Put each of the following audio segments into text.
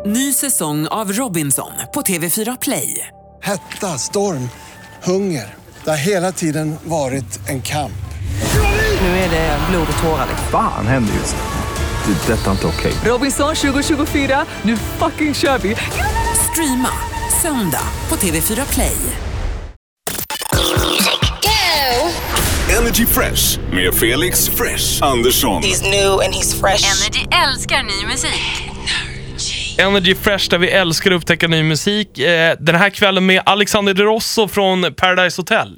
Ny säsong av Robinson på TV4 Play. Hetta, storm, hunger. Det har hela tiden varit en kamp. Nu är det blod och tårar. Fan händer just nu. Det. Detta är inte okej. Robinson 2024, nu fucking kör vi. Streama söndag på TV4 Play. Energy Fresh med Felix Fresh Andersson. He's new and he's fresh. Energy älskar ny musik. Energy Fresh där vi älskar att upptäcka ny musik. Den här kvällen med Alexander De Rosso från Paradise Hotel.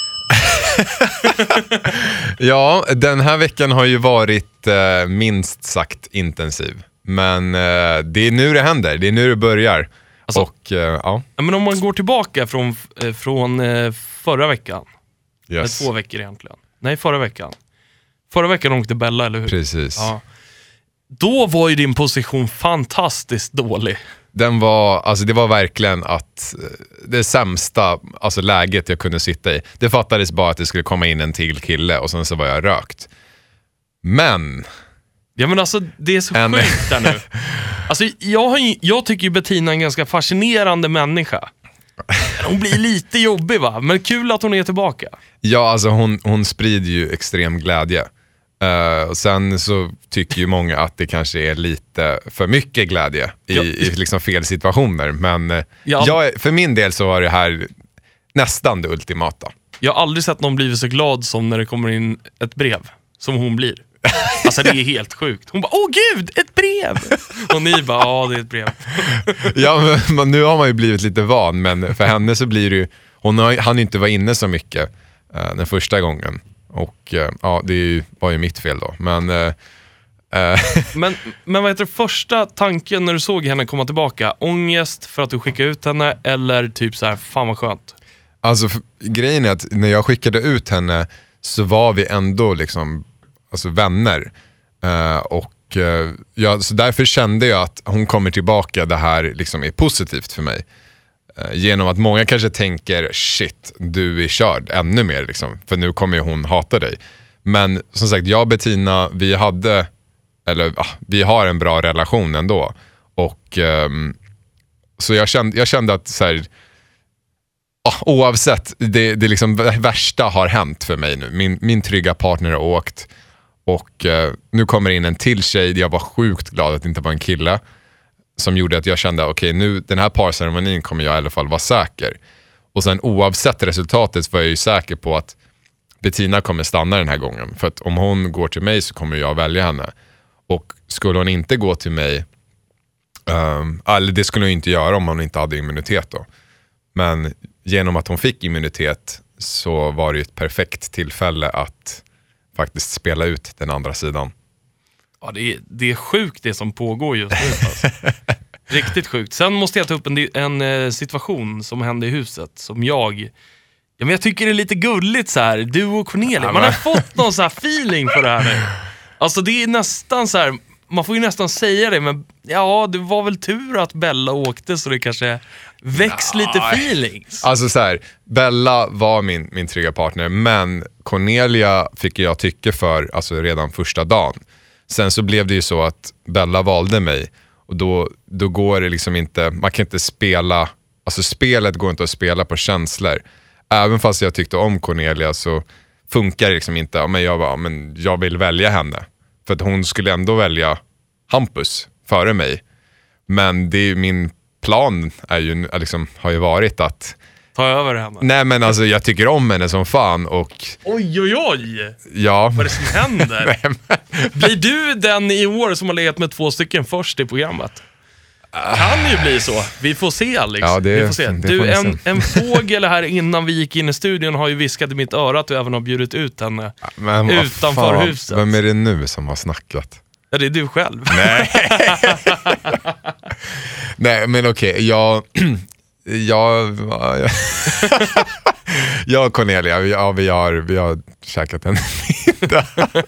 Ja, den här veckan har ju varit minst sagt intensiv. Men det är nu det händer, det är nu det börjar. Alltså, och ja. Men om man går tillbaka från förra veckan. Yes. 2 veckor egentligen. Nej, förra veckan. Förra veckan åkte Bella, eller hur? Precis. Ja. Då var ju din position fantastiskt dålig. Den var, alltså det var verkligen att det sämsta, alltså läget jag kunde sitta i. Det fattades bara att det skulle komma in en till kille och sen så var jag rökt. Men... Ja, men alltså det är så sjukt där nu. Alltså jag tycker ju Bettina är en ganska fascinerande människa. Hon blir lite jobbig, va? Men kul att hon är tillbaka. Ja, alltså hon sprider ju extrem glädje. Och sen så tycker ju många att det kanske är lite för mycket glädje i liksom fel situationer. Men för min del så var det här nästan det ultimata. Jag har aldrig sett någon blivit så glad som när det kommer in ett brev. Som hon blir. Alltså det är helt sjukt. Hon bara, åh gud, ett brev! Och ni bara, ja det är ett brev. Ja, men nu har man ju blivit lite van. Men för henne så blir det ju, han inte var inne så mycket den första gången. Och ja, var ju mitt fel då. Men vad heter det, första tanken när du såg henne komma tillbaka? Ångest för att du skickade ut henne? Eller typ så här, fan vad skönt? Alltså grejen är att när jag skickade ut henne så var vi ändå liksom, alltså vänner. Så därför kände jag att hon kommer tillbaka, det här liksom är positivt för mig. Genom att många kanske tänker, shit, du är körd ännu mer liksom, för nu kommer hon hata dig. Men som sagt, jag och Bettina, vi har en bra relation ändå. Och så jag kände att så här, oavsett, det liksom värsta har hänt för mig nu. Min trygga partner har åkt. Och nu kommer in en till tjej. Jag var sjukt glad att det inte var en kille. Som gjorde att jag kände, okej, nu den här parceremonin kommer jag i alla fall vara säker. Och sen oavsett resultatet var jag ju säker på att Bettina kommer stanna den här gången. För att om hon går till mig så kommer jag välja henne. Och skulle hon inte gå till mig, eller det skulle hon inte göra om hon inte hade immunitet då. Men genom att hon fick immunitet så var det ju ett perfekt tillfälle att faktiskt spela ut den andra sidan. Ja, det är sjukt det som pågår just nu. Alltså. Riktigt sjukt. Sen måste jag ta upp en situation som hände i huset. Som jag tycker det är lite gulligt så här. Du och Cornelia, man har fått någon så här feeling på det här nu. Alltså det är nästan så här, man får ju nästan säga det. Men ja, det var väl tur att Bella åkte så det kanske väcks lite feelings. Alltså så här, Bella var min trygga partner. Men Cornelia fick jag tycke för alltså redan första dagen. Sen så blev det ju så att Bella valde mig. Och då går det liksom inte, man kan inte spela, alltså spelet går inte att spela på känslor. Även fast jag tyckte om Cornelia så funkar det liksom inte. Men jag vill välja henne. För att hon skulle ändå välja Hampus före mig. Men det är min plan är ju, liksom, har ju varit att ta över henne. Nej, men alltså jag tycker om henne som fan och... Oj. Ja. Vad är det som händer? Blir du den i år som har legat med 2 stycken först i programmet? Kan ju bli så. Vi får se, Alex. Ja, vi får se. Du, en fågel här innan vi gick in i studion har ju viskat i mitt öra att du även har bjudit ut henne utanför huset. Vem är det nu som har snackat? Ja, det är du själv. Nej. Nej, men okej. Jag och Cornelia, vi har käkat en middag.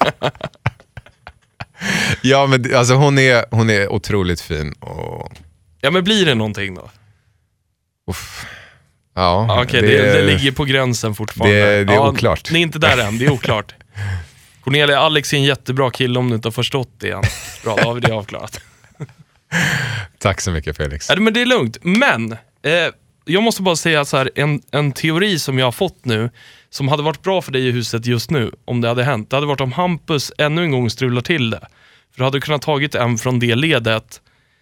Ja, men alltså hon är otroligt fin och... Ja, men blir det någonting då? Uff. Ja, okej, det ligger på gränsen fortfarande. Det är oklart. Ni är inte där än, det är oklart. Cornelia, Alex är en jättebra kille om du inte har förstått det än. Bra, då har vi det avklarat. Tack så mycket, Felix. Men det är lugnt. Men jag måste bara säga så här, en teori som jag har fått nu, som hade varit bra för dig i huset just nu, om det hade hänt. Det hade varit om Hampus ännu en gång strular till det. För du hade kunnat tagit en från det ledet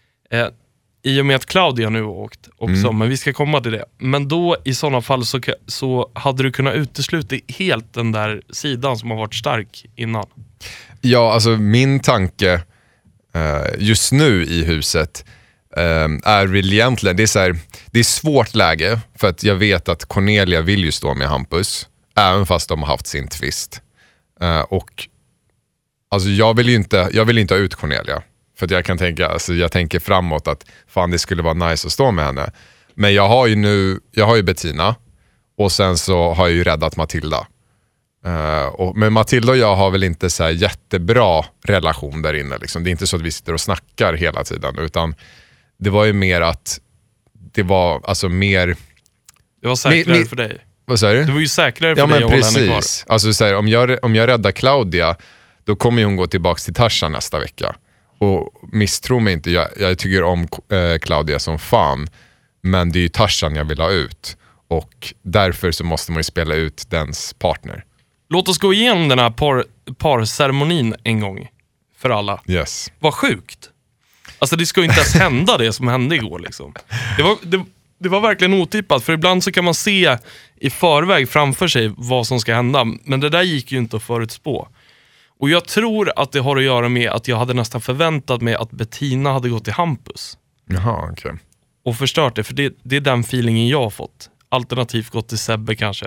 i och med att Claudia nu har åkt också, men vi ska komma till det. Men då i sådana fall så hade du kunnat utesluta helt den där sidan som har varit stark innan. Ja, alltså min tanke just nu i huset är väl egentligen, det är så här, det är svårt läge för att jag vet att Cornelia vill ju stå med Hampus även fast de har haft sin tvist. Och alltså jag vill inte ha ut Cornelia. För att jag kan tänka, alltså jag tänker framåt att fan det skulle vara nice att stå med henne. Men jag har ju Bettina och sen så har jag ju räddat Matilda. Men Matilda och jag har väl inte så här jättebra relation där inne. Liksom. Det är inte så att vi sitter och snackar hela tiden, utan det var ju mer att det var alltså mer... Det var säkrare för dig. Vad säger du? Det var ju säkrare för dig att hålla henne kvar. Alltså så här, om jag räddar Claudia, då kommer hon gå tillbaka till Tarzan nästa vecka. Och misstro mig inte, jag tycker om Claudia som fan, men det är ju Tarzan jag vill ha ut. Och därför så måste man ju spela ut dens partner. Låt oss gå igenom den här parceremonin en gång för alla. Yes. Vad sjukt. Alltså det ska ju inte ens hända det som hände igår liksom. Det var verkligen otippat, för ibland så kan man se i förväg framför sig vad som ska hända, men det där gick ju inte att förutspå. Och jag tror att det har att göra med att jag hade nästan förväntat mig att Bettina hade gått till Hampus. Jaha, okej. Och förstört det, för det är den feelingen jag har fått. Alternativt gått till Sebbe kanske.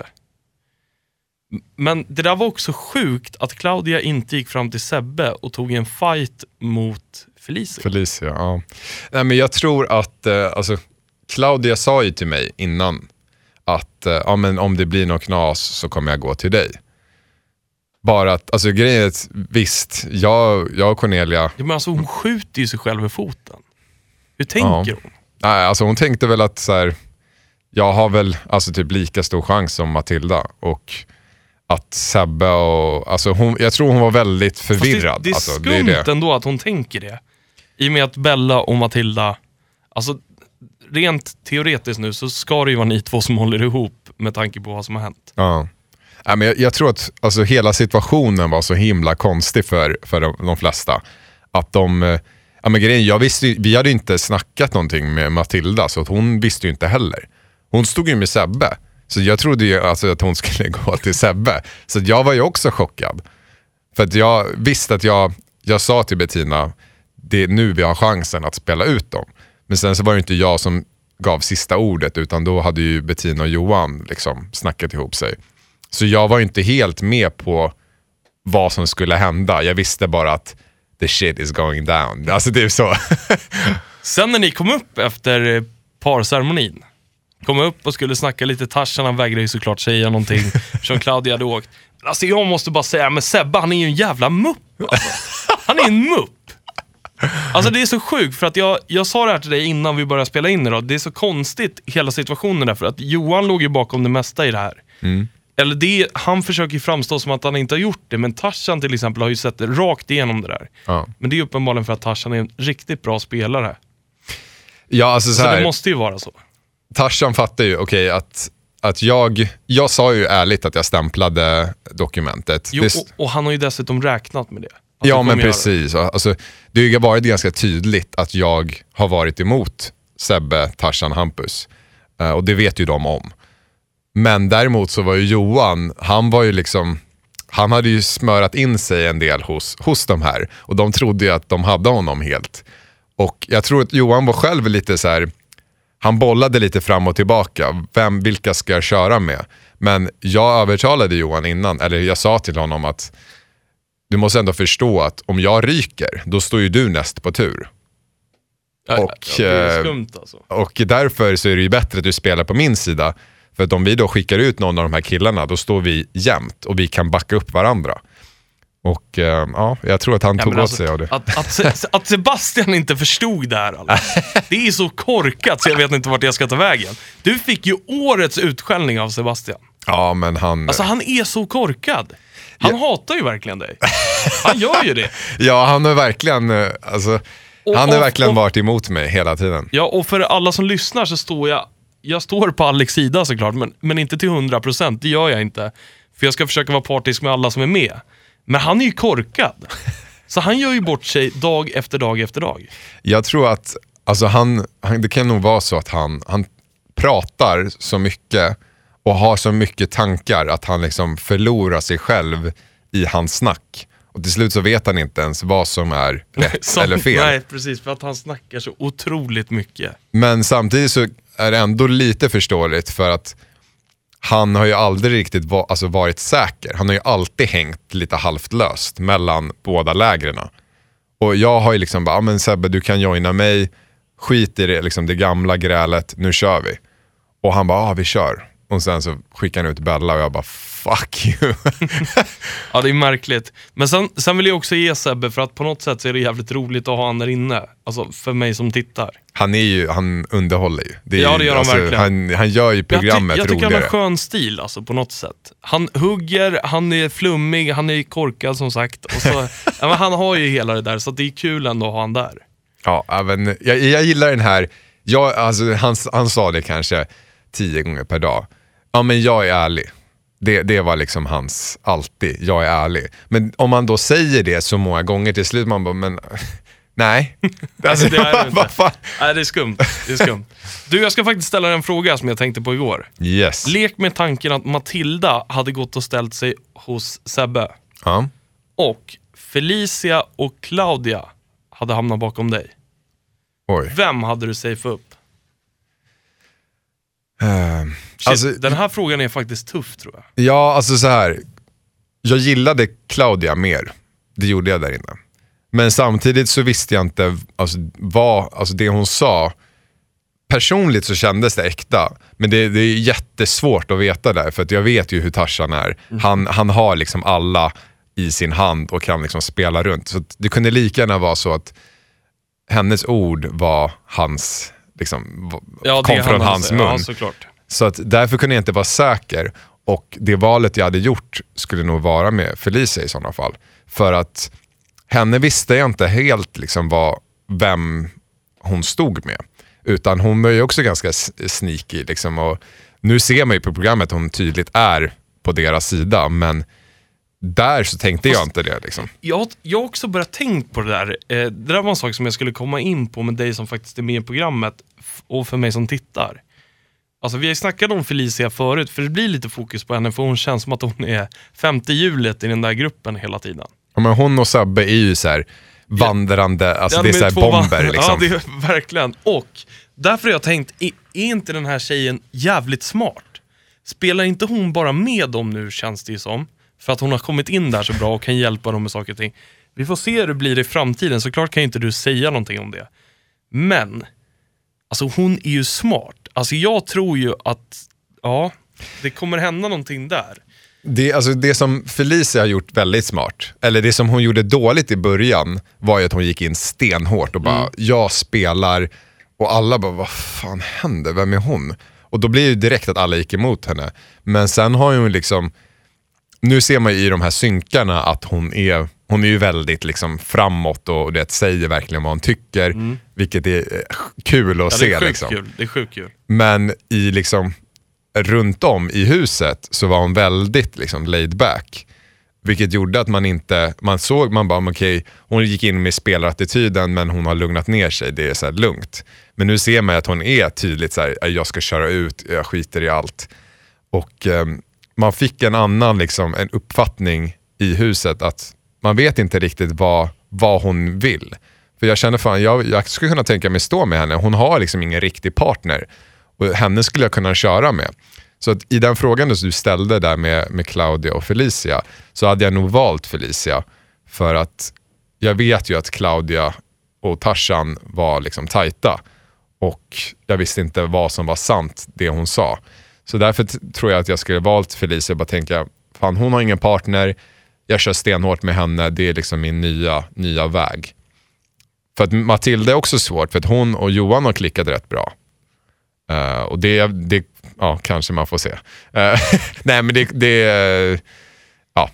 Men det där var också sjukt att Claudia inte gick fram till Sebbe och tog en fight mot Felicia, ja. Nej, men jag tror att alltså, Claudia sa ju till mig innan att men om det blir något knas så kommer jag gå till dig. Bara att, alltså grejen är att, visst, jag och Cornelia... Ja, men alltså hon skjuter ju sig själv i foten. Hur tänker hon? Nej, alltså hon tänkte väl att så här, jag har väl alltså typ lika stor chans som Matilda, och att Sebbe och... Alltså jag tror hon var väldigt förvirrad. Det är alltså, skumt det ändå att hon tänker det. I och med att Bella och Matilda... Alltså rent teoretiskt nu så ska det ju vara ni två som håller ihop med tanke på vad som har hänt. Ja. Men jag tror att alltså, hela situationen var så himla konstig för de flesta. Att men grejen, vi hade inte snackat någonting med Matilda, så att hon visste ju inte heller. Hon stod ju med Sebbe, så jag trodde ju alltså, att hon skulle gå till Sebbe. Så jag var ju också chockad. För att jag visste att jag sa till Bettina, det är nu vi har chansen att spela ut dem. Men sen så var det inte jag som gav sista ordet, utan då hade ju Bettina och Johan liksom snackat ihop sig. Så jag var inte helt med på vad som skulle hända. Jag visste bara att the shit is going down. Alltså det är så. Sen när ni kom upp efter parceremonin, kom upp och skulle snacka lite, Tarzan, han vägrade ju såklart säga någonting som Claudia hade åkt. Alltså jag måste bara säga, men Sebbe, han är ju en jävla mupp. Alltså. Han är en mupp. Alltså det är så sjukt, för att jag sa det här till dig innan vi började spela in idag. Det är så konstigt hela situationen där, för att Johan låg ju bakom det mesta i det här. Eller han försöker ju framstå som att han inte har gjort det, men Tarzan till exempel har ju sett det rakt igenom det där. Ja. Men det är uppenbarligen för att Tarzan är en riktigt bra spelare. Ja, alltså så det måste ju vara så. Tarzan fattar ju att jag sa ju ärligt att jag stämplade dokumentet. Jo, och han har ju dessutom räknat med det. Ja, men precis. Alltså, det har ju varit ganska tydligt att jag har varit emot Sebbe, Tarzan, Hampus. Och det vet ju de om. Men däremot så var ju Johan, han hade ju smörat in sig en del hos de här. Och de trodde ju att de hade honom helt. Och jag tror att Johan var själv lite så här, han bollade lite fram och tillbaka. Vilka ska jag köra med? Men jag övertalade Johan innan, eller jag sa till honom att du måste ändå förstå att om jag ryker, då står ju du näst på tur. Det är skumt alltså. Och därför så är det ju bättre att du spelar på min sida. För att om vi då skickar ut någon av de här killarna, då står vi jämnt och vi kan backa upp varandra. Och jag tror att han tog åt sig av det. Att Sebastian inte förstod det här alltså. Det är så korkat så jag vet inte vart jag ska ta vägen. Du fick ju årets utskällning av Sebastian. Ja, men han är så korkad. Han hatar ju verkligen dig. Han gör ju det. Ja, han är verkligen alltså... Han har verkligen varit emot mig hela tiden. Ja, och för alla som lyssnar så står jag står på Alex sida såklart, men inte till 100%, det gör jag inte. För jag ska försöka vara partisk med alla som är med. Men han är ju korkad. Så han gör ju bort sig dag efter dag efter dag. Jag tror att alltså det kan nog vara så att han pratar så mycket och har så mycket tankar att han liksom förlorar sig själv i hans snack. Och till slut så vet han inte ens vad som är rätt eller fel. Nej, precis, för att han snackar så otroligt mycket. Men samtidigt så är det ändå lite förståeligt för att han har ju aldrig riktigt varit säker. Han har ju alltid hängt lite halvt löst mellan båda lägren. Och jag har ju liksom bara, men Sebbe, du kan joina mig, skit i det, liksom det gamla grälet, nu kör vi. Och han bara, vi kör. Och sen så skickar han ut Bella och jag bara, fuck you. Ja, det är märkligt. Men sen vill jag också ge Sebbe, för att på något sätt så är det jävligt roligt att ha han där inne. Alltså för mig som tittar. Han underhåller ju. Det gör han verkligen. Han gör ju programmet roligare. Jag tycker han har skön stil alltså, på något sätt. Han hugger, han är flummig, han är korkad som sagt. Och så, men han har ju hela det där, så det är kul ändå att ha han där. Ja, men jag gillar den här. Han sa det kanske 10 gånger per dag. Ja, men jag är ärlig. Det var liksom hans alltid, jag är ärlig. Men om man då säger det så många gånger till slut, man bara, men nej. Alltså, det är inte. Nej, det är skumt. Du, jag ska faktiskt ställa en fråga som jag tänkte på igår. Yes. Lek med tanken att Matilda hade gått och ställt sig hos Sebbe. Ja. Och Felicia och Claudia hade hamnat bakom dig. Oj. Vem hade du safe upp? Den här frågan är faktiskt tuff, tror jag. Ja, alltså så här. Jag gillade Claudia mer. Det gjorde jag där inne. Men samtidigt så visste jag inte vad det hon sa. Personligt så kändes det äkta. Men det är jättesvårt att veta där. För att jag vet ju hur Tarzan är. Han har liksom alla i sin hand och kan liksom spela runt. Så det kunde lika gärna vara så att hennes ord var hans, liksom, kom från hans mun. Ja, såklart. Så att därför kunde jag inte vara säker. Och det valet jag hade gjort skulle nog vara med Felicia i sådana fall. För att henne visste jag inte helt liksom vem hon stod med. Utan hon var ju också ganska sneaky. Liksom, och nu ser man ju på programmet att hon tydligt är på deras sida. Men där så tänkte jag inte det. Liksom. Jag har också börjat tänka på det där. Det där var en sak som jag skulle komma in på med dig som faktiskt är med i programmet. Och för mig som tittar. Alltså vi har ju snackat om Felicia förut, för det blir lite fokus på henne, för hon känns som att hon är 50 hjulet i den där gruppen hela tiden. Ja, men hon och Sebbe är ju så här vandrande, alltså det är så här bomber liksom. Ja, det är verkligen. Och därför har jag tänkt, är inte den här tjejen jävligt smart? Spelar inte hon bara med dem nu, känns det ju som? För att hon har kommit in där så bra och kan hjälpa dem med saker och ting. Vi får se hur det blir i framtiden, såklart kan inte du säga någonting om det. Men alltså hon är ju smart. Alltså jag tror ju att det kommer hända någonting där. Det som Felicia har gjort väldigt smart, eller det som hon gjorde dåligt i början, var ju att hon gick in stenhårt och bara, jag spelar, och alla bara, vad fan händer? Vem är hon? Och då blir det ju direkt att alla gick emot henne. Men sen har hon liksom, nu ser man ju i de här synkarna att hon är ju väldigt liksom framåt och det säger verkligen vad hon tycker, vilket är kul att se. Det är sjukt kul. Men i liksom runt om i huset så var hon väldigt liksom laid back, vilket gjorde att man bara okej, hon gick in med spelarattityden, men hon har lugnat ner sig, det är så här lugnt. Men nu ser man att hon är tydligt så här, jag ska köra ut, jag skiter i allt. Och man fick en annan liksom, en uppfattning i huset att man vet inte riktigt vad hon vill. För jag känner jag skulle kunna tänka mig stå med henne. Hon har liksom ingen riktig partner. Och henne skulle jag kunna köra med. Så att i den frågan du ställde där med Claudia och Felicia, så hade jag nog valt Felicia. För att jag vet ju att Claudia och Tarzan var liksom tajta. Och jag visste inte vad som var sant, det hon sa. Så därför tror jag att jag skulle valt Felicia och bara tänka, fan hon har ingen partner. Jag kör stenhårt med henne, det är liksom min nya väg. För att Matilda är också svårt, för att hon och Johan har klickat rätt bra. Och det kanske man får se. Nej, men ja.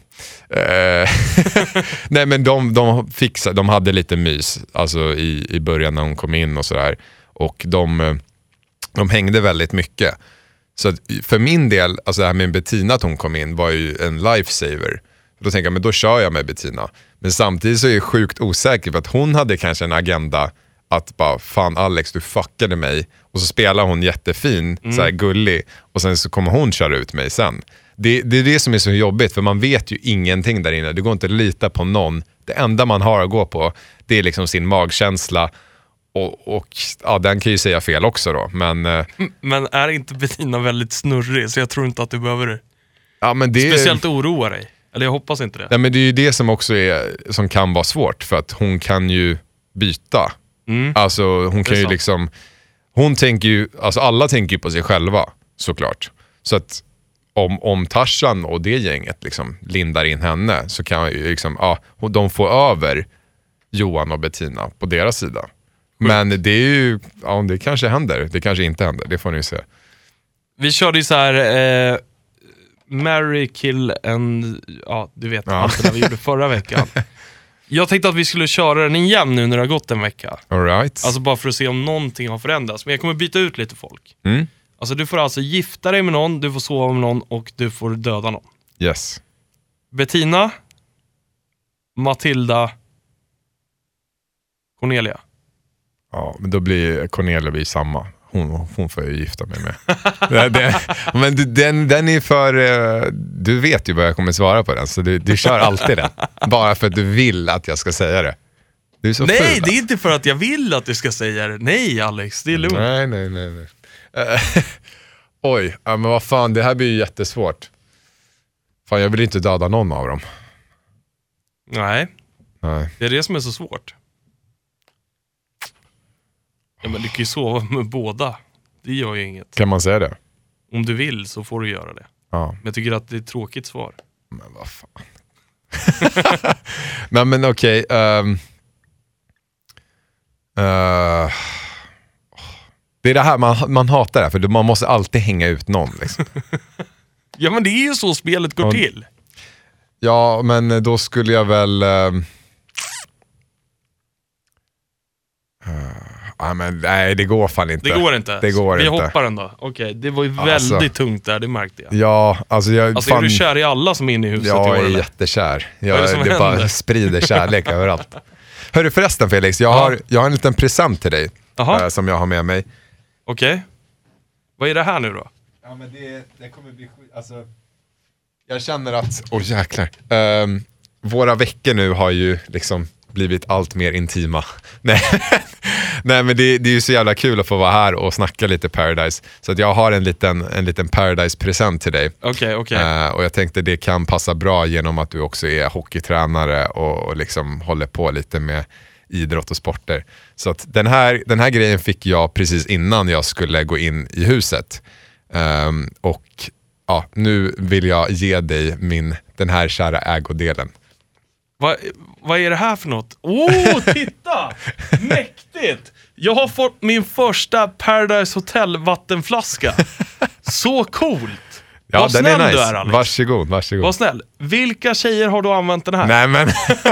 Nej, men de hade lite mys alltså i början när hon kom in och sådär. Och de hängde väldigt mycket. Så att för min del, alltså det här med Bettina att hon kom in var ju en lifesaver. Då tänker jag, men då kör jag med Bettina. Men samtidigt så är jag sjukt osäker för att hon hade kanske en agenda att bara, fan Alex, du fuckade mig. Och så spelar hon jättefin, så här gullig. Och sen så kommer hon köra ut mig sen. Det är det som är så jobbigt, för man vet ju ingenting där inne. Det går inte att lita på någon. Det enda man har att gå på, det är liksom sin magkänsla. Och ja, den kan ju säga fel också då. Men är inte Bettina väldigt snurrig? Så jag tror inte att du behöver det speciellt oroa dig. Eller jag hoppas inte det. Nej, men det är ju det som också som kan vara svårt. För att hon kan ju byta. Alltså hon kan ju liksom... Hon tänker ju... Alltså alla tänker ju på sig själva, såklart. Så att om Tarzan och det gänget liksom lindar in henne, så kan ju liksom... de får över Johan och Bettina på deras sida. Men det är ju... Ja, det kanske händer. Det kanske inte händer. Det får ni se. Vi körde ju så här... Marry, kill and... Ja, du vet allt det vi gjorde förra veckan. Jag tänkte att vi skulle köra den igen nu när det har gått en vecka. All right. Alltså bara för att se om någonting har förändrats. Men jag kommer byta ut lite folk. Alltså du får alltså gifta dig med någon, du får sova med någon och du får döda någon. Yes. Bettina, Matilda, Cornelia. Ja, men då blir Cornelia samma. Hon får ju gifta mig med. Men den är för... Du vet ju vad jag kommer svara på den. Så du kör alltid den. Bara för att du vill att jag ska säga det. Du är så Nej, ful, det är inte för att jag vill att du ska säga det. Nej, Alex, det är lugnt. Nej. Oj, men vad fan, det här blir ju jättesvårt. Fan, jag vill inte döda någon av dem. Nej. Det är det som är så svårt. Ja, men du kan ju sova med båda. Det gör ju inget. Kan man säga det? Om du vill så får du göra det. Ja. Men jag tycker att det är ett tråkigt svar. Men vad fan. Nej, men okej. Det är det här man hatar det, för man måste alltid hänga ut någon liksom. Ja, men det är ju så spelet går till. Ja, men då skulle jag väl... nej, det går fan inte. Det går inte. Det går Vi inte. hoppar den då. Okej, det var ju väldigt tungt där, det märkte jag. Ja, alltså är du kär i alla som är inne i huset? Jag är jättekär. Vad är det som händer? Bara sprider kärlek överallt. Hörru, förresten Felix, jag har en liten present till dig som jag har med mig. Okej. Vad är det här nu då? Ja, men det kommer bli alltså, jag känner att jäklar. Våra veckor nu har ju liksom blivit allt mer intima. Nej, men det är ju så jävla kul att få vara här och snacka lite Paradise. Så att jag har en liten Paradise-present till dig. Okej. Och jag tänkte det kan passa bra genom att du också är hockeytränare och liksom håller på lite med idrott och sporter. Så att den här grejen fick jag precis innan jag skulle gå in i huset. Och ja, nu vill jag ge dig den här kära ägodelen. Vad är det här för något? Titta! Mäktigt! Jag har fått min första Paradise Hotel vattenflaska. Så coolt! Ja, vad den snäll är nice. Du är, Alex. Varsågod. Vad snäll. Vilka tjejer har du använt den här? Nej, men...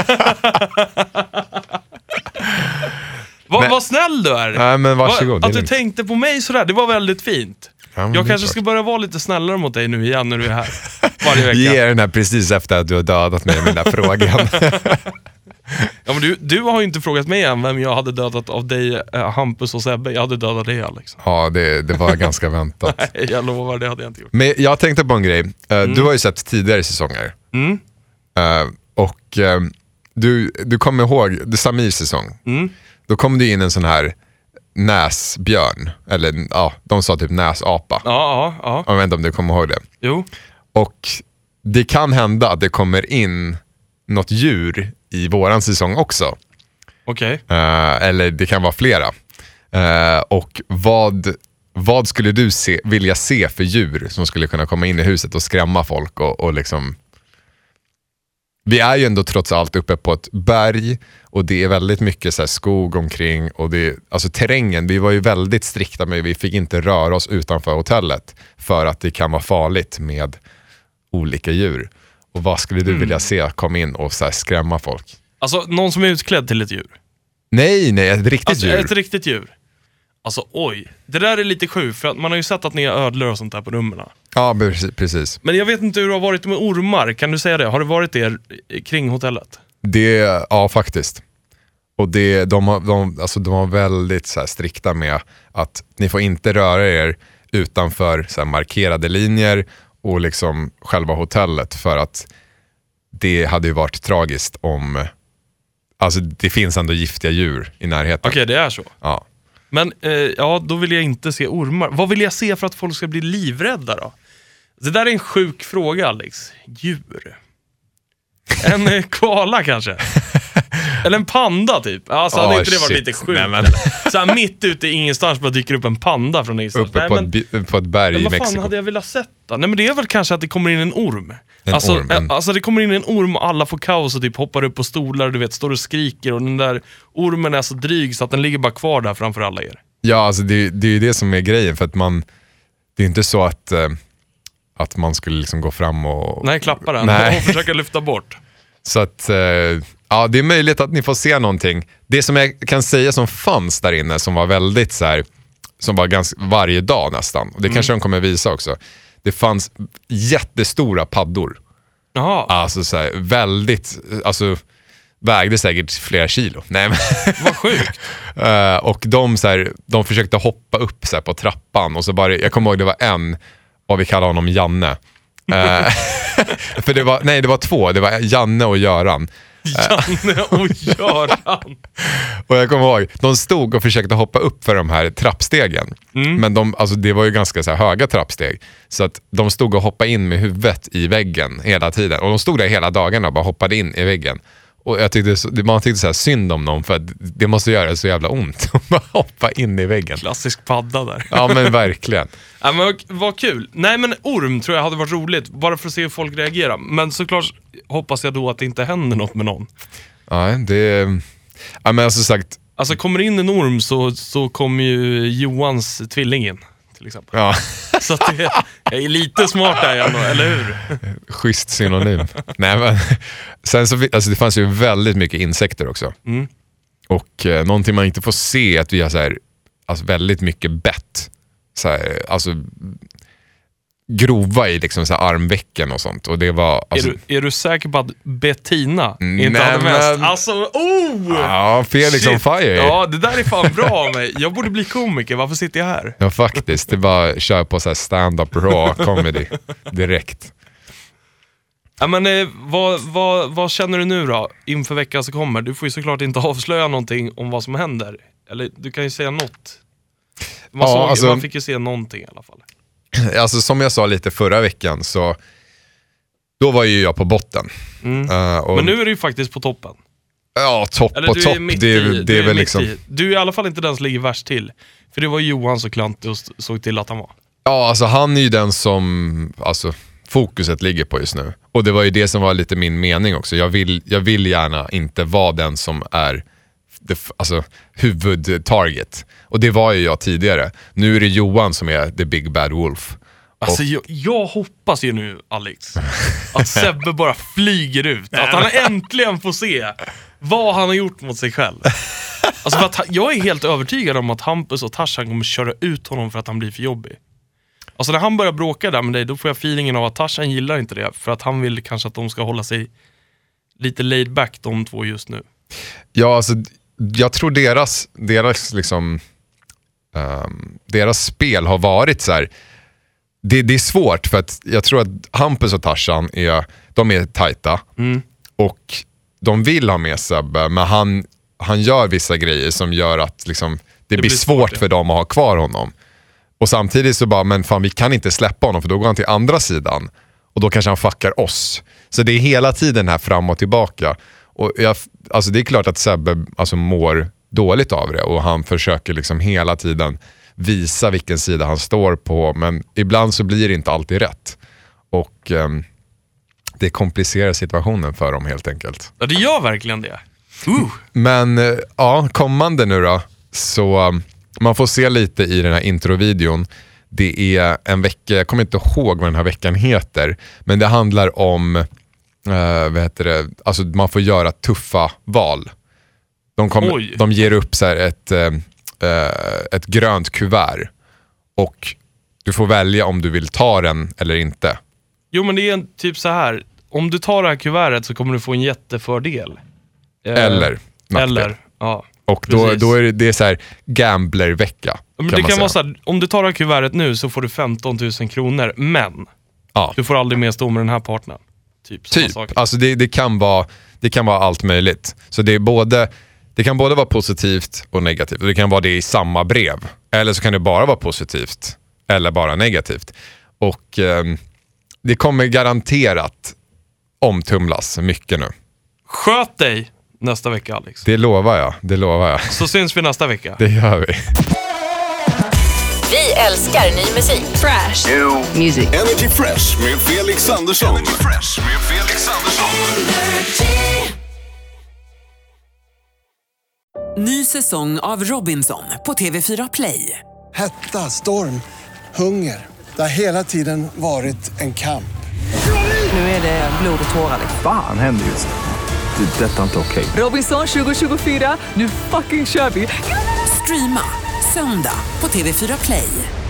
Vad snäll du är. Nej, men varsågod. Att du tänkte på mig sådär, det var väldigt fint. Ja, jag kanske ska börja vara lite snällare mot dig nu igen när du är här varje vecka. Ge den här precis efter att du har dödat mig med den där frågan. Ja, men du har ju inte frågat mig än vem jag hade dödat av dig, Hampus och Sebbe. Jag hade dödat dig, Alex. Ja, det var ganska väntat. Nej, jag lovar, det hade jag inte gjort. Men jag tänkte på en grej. Du har ju sett tidigare säsonger. Och du kommer ihåg Samirs säsong. Då kom det in en sån här näsbjörn. Eller ja, de sa typ näsapa. Ja. Jag vet inte om du kommer ihåg det. Jo. Och det kan hända att det kommer in något djur i våran säsong också. Okej. Eller det kan vara flera. Och vad skulle du vilja se för djur som skulle kunna komma in i huset och skrämma folk och liksom... Vi är ju ändå trots allt uppe på ett berg och det är väldigt mycket så här skog omkring och alltså terrängen, vi var ju väldigt strikta med, vi fick inte röra oss utanför hotellet för att det kan vara farligt med olika djur. Och vad skulle du vilja se komma in och så här skrämma folk? Alltså någon som är utklädd till ett djur. Nej, ett riktigt djur. Ett riktigt djur. Alltså oj, det där är lite sjukt för att man har ju sett att ni har ödlor och sånt där på rummen. Ja, precis. Men jag vet inte hur det har varit med ormar, kan du säga det? Har det varit det kring hotellet? Ja, faktiskt. Och de var väldigt så här strikta med att ni får inte röra er utanför så här markerade linjer och liksom själva hotellet, för att det hade ju varit tragiskt om, alltså det finns ändå giftiga djur i närheten. Okej, det är så. Ja. Men då vill jag inte se ormar. Vad vill jag se för att folk ska bli livrädda då? Det där är en sjuk fråga, Alex. Djur. En koala kanske? Eller en panda typ. Alltså hade inte det varit lite sjukt? Nej, men... Så här, mitt ute i ingenstans bara dyker upp en panda från ingenstans. Uppe på ett berg i Mexiko. Vad fan hade jag velat sätta? Nej, men det är väl kanske att det kommer in en orm. Alltså det kommer in en orm och alla får kaos och typ hoppar upp på stolar och du vet, står och skriker, och den där ormen är så dryg så att den ligger bara kvar där framför alla er. Ja, alltså det är ju det som är grejen, för att det är inte så att man skulle liksom gå fram och... Nej, klappa den och försöka lyfta bort. Så att, ja, det är möjligt att ni får se någonting. Det som jag kan säga som fanns där inne, som var väldigt så här, som var ganska varje dag nästan, och det kanske de kommer visa också. Det fanns jättestora paddor. Jaha. Alltså så här, väldigt, alltså vägde säkert flera kilo. Nej, men vad sjukt. Och de försökte hoppa upp så här på trappan, och så bara, jag kommer ihåg det var en, och vi kallar honom Janne. För det var två, det var Janne och Göran. Janne och Göran. Och jag kommer ihåg, de stod och försökte hoppa upp för de här trappstegen. Men det var ju ganska så här höga trappsteg. Så att de stod och hoppade in med huvudet i väggen hela tiden. Och de stod där hela dagarna och bara hoppade in i väggen. Och man tyckte så här synd om dem, för att det måste göra så jävla ont att bara hoppa in i väggen. Klassisk padda där. Ja, men verkligen. Ja, men vad kul. Nej, men orm tror jag hade varit roligt, bara för att se hur folk reagerar. Men såklart hoppas jag då att det inte händer något med någon. Ja, men alltså sagt... Alltså kommer in en orm så kommer ju Johans tvilling in, till exempel. Ja. Så att jag är lite smart där, eller hur? Schysst synonym. Nej, men sen så, alltså det fanns ju väldigt mycket insekter också. Och någonting man inte får se är att vi har så här, alltså väldigt mycket bett. Så här, alltså grova i liksom så här armvecken och sånt. Och det var, alltså... är du säker på att Bettina inte hade mest? Alltså, ja, Felix on fire. Ja, det där är fan bra av mig. Jag borde bli komiker, varför sitter jag här? Ja, faktiskt. Det är bara att köra på så här stand-up raw comedy direkt. Ja, men vad känner du nu då inför veckan som kommer? Du får ju såklart inte avslöja någonting om vad som händer. Eller du kan ju säga något. Man fick ju se någonting i alla fall. Alltså som jag sa lite förra veckan, så då var ju jag på botten. Men nu är du ju faktiskt på toppen. Ja, topp och topp. Det är väl liksom... Du är i alla fall inte den som ligger värst till. För det var Johan så klant och såg till att han var. Ja, alltså han är ju den som fokuset ligger på just nu. Och det var ju det som var lite min mening också. Jag vill gärna inte vara den som är huvudtarget. Och det var ju jag tidigare. Nu är det Johan som är the big bad wolf. Alltså jag hoppas ju nu, Alex, att Sebbe bara flyger ut. Att han äntligen får se vad han har gjort mot sig själv. Alltså för att jag är helt övertygad om att Hampus och Tarzan kommer köra ut honom för att han blir för jobbig. Alltså när han börjar bråka där med dig, då får jag feelingen av att Tarzan gillar inte det. För att han vill kanske att de ska hålla sig lite laid back, de två just nu. Ja, alltså jag tror deras liksom deras spel har varit så här. Det är svårt, för att jag tror att Hampus och Tarzan de är tajta. Och de vill ha med Sebbe, men han gör vissa grejer som gör att liksom, det blir svårt för dem att ha kvar honom. Och samtidigt så bara, men fan, vi kan inte släppa honom, för då går han till andra sidan. Och då kanske han fuckar oss. Så det är hela tiden här fram och tillbaka. Och alltså det är klart att Sebbe mår dåligt av det. Och han försöker liksom hela tiden visa vilken sida han står på. Men ibland så blir det inte alltid rätt. Och det komplicerar situationen för dem helt enkelt. Ja, det gör verkligen det. Men ja, kommande nu då. Så man får se lite i den här introvideon. Det är en vecka, jag kommer inte ihåg vad den här veckan heter. Men det handlar om alltså man får göra tuffa val. De ger upp så här ett grönt kuvert och du får välja om du vill ta den eller inte. Jo, men det är typ så här. Om du tar det här kuvertet så kommer du få en jättefördel. Eller nackdel. Ja. Och då är det så här gamblervecka. Men det kan vara så här, om du tar det här kuvertet nu så får du 15 000 kronor, men du får aldrig mer stå med den här partnern. Typ. Alltså det kan vara allt möjligt. Så det kan både vara positivt och negativt. Och det kan vara det i samma brev. Eller så kan det bara vara positivt eller bara negativt. Och det kommer garanterat omtumlas mycket nu. Sköt dig nästa vecka, Alex. Det lovar jag. Så syns vi nästa vecka. Det gör vi. Vi älskar ny musik. Fresh. New music. Energy Fresh med Felix Andersson. Ny säsong av Robinson på TV4 Play. Hetta, storm, hunger. Det har hela tiden varit en kamp. Nu är det blod och tårar. Fan händer just det. Det är detta inte okej. Robinson 2024, nu fucking kör vi. Streama söndag på TV4 Play.